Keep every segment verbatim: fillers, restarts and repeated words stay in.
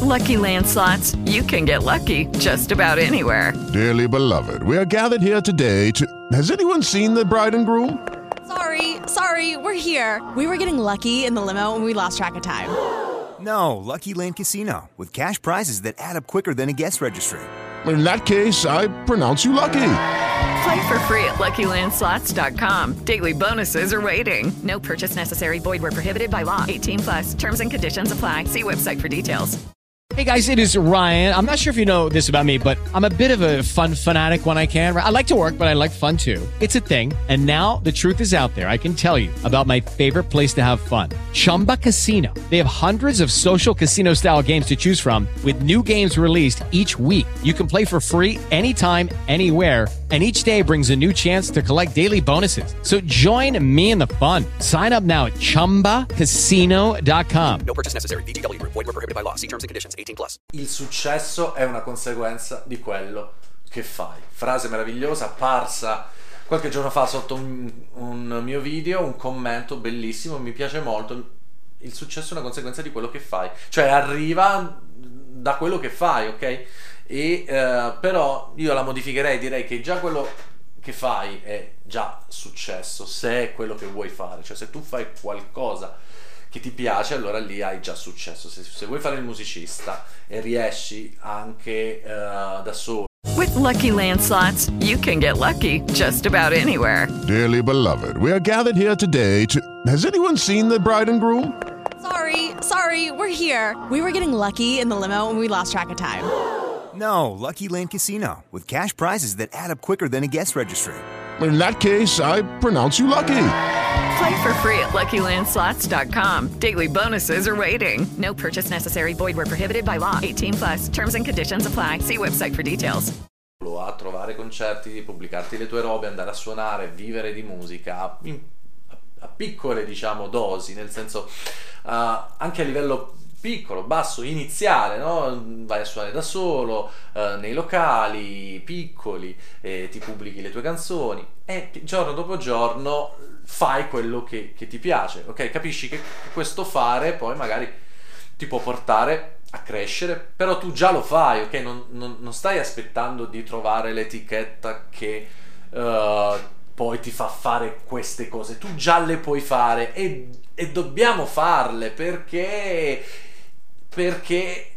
Lucky Land Slots, you can get lucky just about anywhere. Dearly beloved, we are gathered here today to... Has anyone seen the bride and groom? Sorry, sorry, we're here. We were getting lucky in the limo and we lost track of time. No, Lucky Land Casino, with cash prizes that add up quicker than a guest registry. In that case, I pronounce you lucky. Play for free at Lucky Land Slots dot com. Daily bonuses are waiting. No purchase necessary. Void where prohibited by law. eighteen plus. Terms and conditions apply. See website for details. Hey guys, it is Ryan. I'm not sure if you know this about me, but I'm a bit of a fun fanatic when I can. I like to work, but I like fun too. It's a thing. And now the truth is out there. I can tell you about my favorite place to have fun. Chumba Casino. They have hundreds of social casino style games to choose from with new games released each week. You can play for free anytime, anywhere. And each day brings a new chance to collect daily bonuses. So join me in the fun. Sign up now at chumba casino dot com. No purchase necessary. V G W. Void where prohibited by law. See terms and conditions. eighteen plus. Il successo è una conseguenza di quello che fai. Frase meravigliosa, apparsa qualche giorno fa sotto un, un mio video, un commento bellissimo, mi piace molto. Il successo è una conseguenza di quello che fai, cioè arriva da quello che fai, ok? E eh, però io la modificherei, direi che già quello che fai è già successo, se è quello che vuoi fare, cioè se tu fai qualcosa che ti piace, allora lì hai già successo. Se, se vuoi fare il musicista e riesci anche uh, da solo. With Lucky Land Slots, you can get lucky just about anywhere. Dearly beloved, we are gathered here today to... Has anyone seen the bride and groom? Sorry, sorry, we're here. We were getting lucky in the limo and we lost track of time. No, Lucky Land Casino, with cash prizes that add up quicker than a guest registry. In that case, I pronounce you lucky. Play for free at Lucky Land Slots dot com. Daily bonuses are waiting. No purchase necessary. Void where prohibited by law. eighteen plus. Terms and conditions apply. See website for details. A trovare concerti, pubblicarti le tue robe, andare a suonare, vivere di musica in, a, a piccole, diciamo, dosi, nel senso uh, anche a livello piccolo, basso, iniziale, no? Vai a suonare da solo, uh, nei locali piccoli, e ti pubblichi le tue canzoni e giorno dopo giorno fai quello che, che ti piace, ok? Capisci che questo fare poi magari ti può portare a crescere, però tu già lo fai, ok? Non, non, non stai aspettando di trovare l'etichetta che uh, poi ti fa fare queste cose, tu già le puoi fare e, e dobbiamo farle perché perché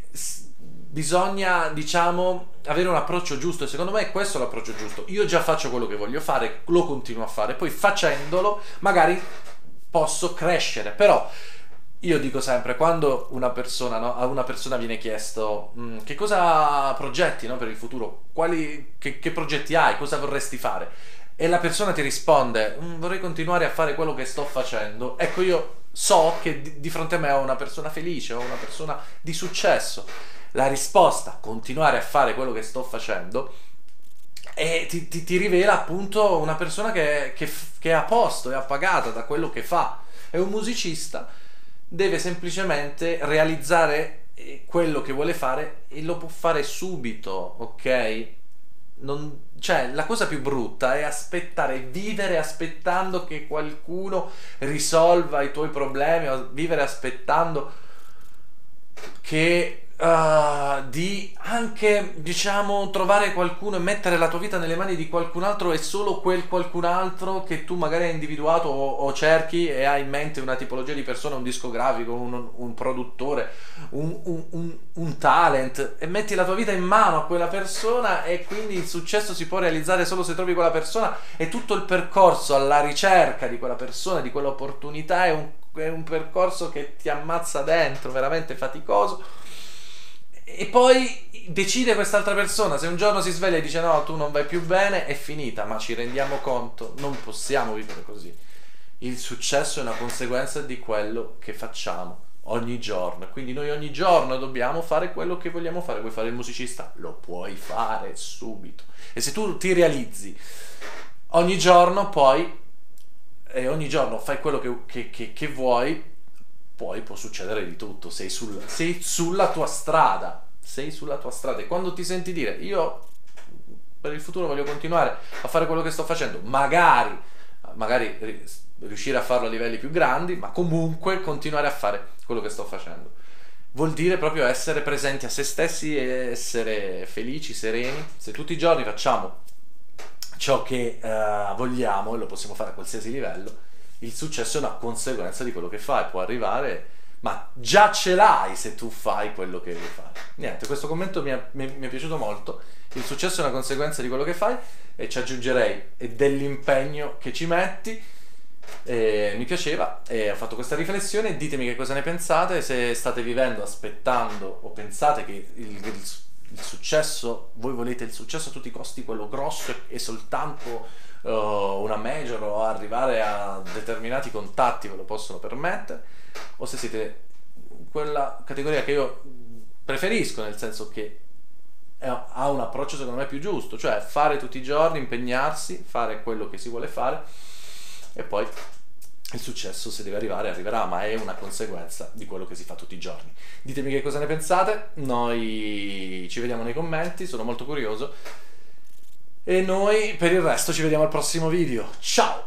bisogna, diciamo, avere un approccio giusto e secondo me questo è l'approccio giusto. Io già faccio quello che voglio fare, lo continuo a fare, poi facendolo magari posso crescere, però io dico sempre, quando una persona, no, a una persona viene chiesto mh, che cosa progetti, no, per il futuro, quali, che, che progetti hai, cosa vorresti fare, e la persona ti risponde vorrei continuare a fare quello che sto facendo, ecco, io so che di, di fronte a me ho una persona felice, ho una persona di successo. La risposta, continuare a fare quello che sto facendo, e ti, ti, ti rivela appunto una persona che, che, che è a posto, è appagata da quello che fa. È un musicista, deve semplicemente realizzare quello che vuole fare e lo può fare subito, ok? Non, cioè, la cosa più brutta è aspettare, vivere aspettando che qualcuno risolva i tuoi problemi, o vivere aspettando che uh, di anche, diciamo, trovare qualcuno e mettere la tua vita nelle mani di qualcun altro, e solo quel qualcun altro che tu magari hai individuato o, o cerchi e hai in mente una tipologia di persona, un discografico, un, un produttore, un, un, un, un talent, e metti la tua vita in mano a quella persona, e quindi il successo si può realizzare solo se trovi quella persona, e tutto il percorso alla ricerca di quella persona, di quell'opportunità è un, è un percorso che ti ammazza dentro, veramente faticoso. E poi decide quest'altra persona, se un giorno si sveglia e dice no, tu non vai più bene, è finita. Ma ci rendiamo conto, non possiamo vivere così. Il successo è una conseguenza di quello che facciamo ogni giorno, quindi noi ogni giorno dobbiamo fare quello che vogliamo fare. Vuoi fare il musicista? Lo puoi fare subito, e se tu ti realizzi ogni giorno, poi e ogni giorno fai quello che, che, che, che vuoi, poi può succedere di tutto. Sei, sul, sei sulla tua strada, sei sulla tua strada, e quando ti senti dire io per il futuro voglio continuare a fare quello che sto facendo, magari magari riuscire a farlo a livelli più grandi, ma comunque continuare a fare quello che sto facendo, vuol dire proprio essere presenti a se stessi e essere felici, sereni. Se tutti i giorni facciamo ciò che uh, vogliamo, e lo possiamo fare a qualsiasi livello, il successo è una conseguenza di quello che fai, può arrivare, ma già ce l'hai se tu fai quello che devi fare. Niente, questo commento mi è, mi, mi è piaciuto molto. Il successo è una conseguenza di quello che fai, e ci aggiungerei e dell'impegno che ci metti. E mi piaceva e ho fatto questa riflessione. Ditemi che cosa ne pensate, se state vivendo aspettando o pensate che il, il, il successo, voi volete il successo a tutti i costi, quello grosso e soltanto uh, una major o arrivare a determinati contatti ve lo possono permettere, o se siete quella categoria che io preferisco, nel senso che ha un approccio secondo me più giusto, cioè fare tutti i giorni, impegnarsi, fare quello che si vuole fare, e poi il successo, se deve arrivare, arriverà, ma è una conseguenza di quello che si fa tutti i giorni. Ditemi che cosa ne pensate, noi ci vediamo nei commenti, sono molto curioso, e noi per il resto ci vediamo al prossimo video. Ciao!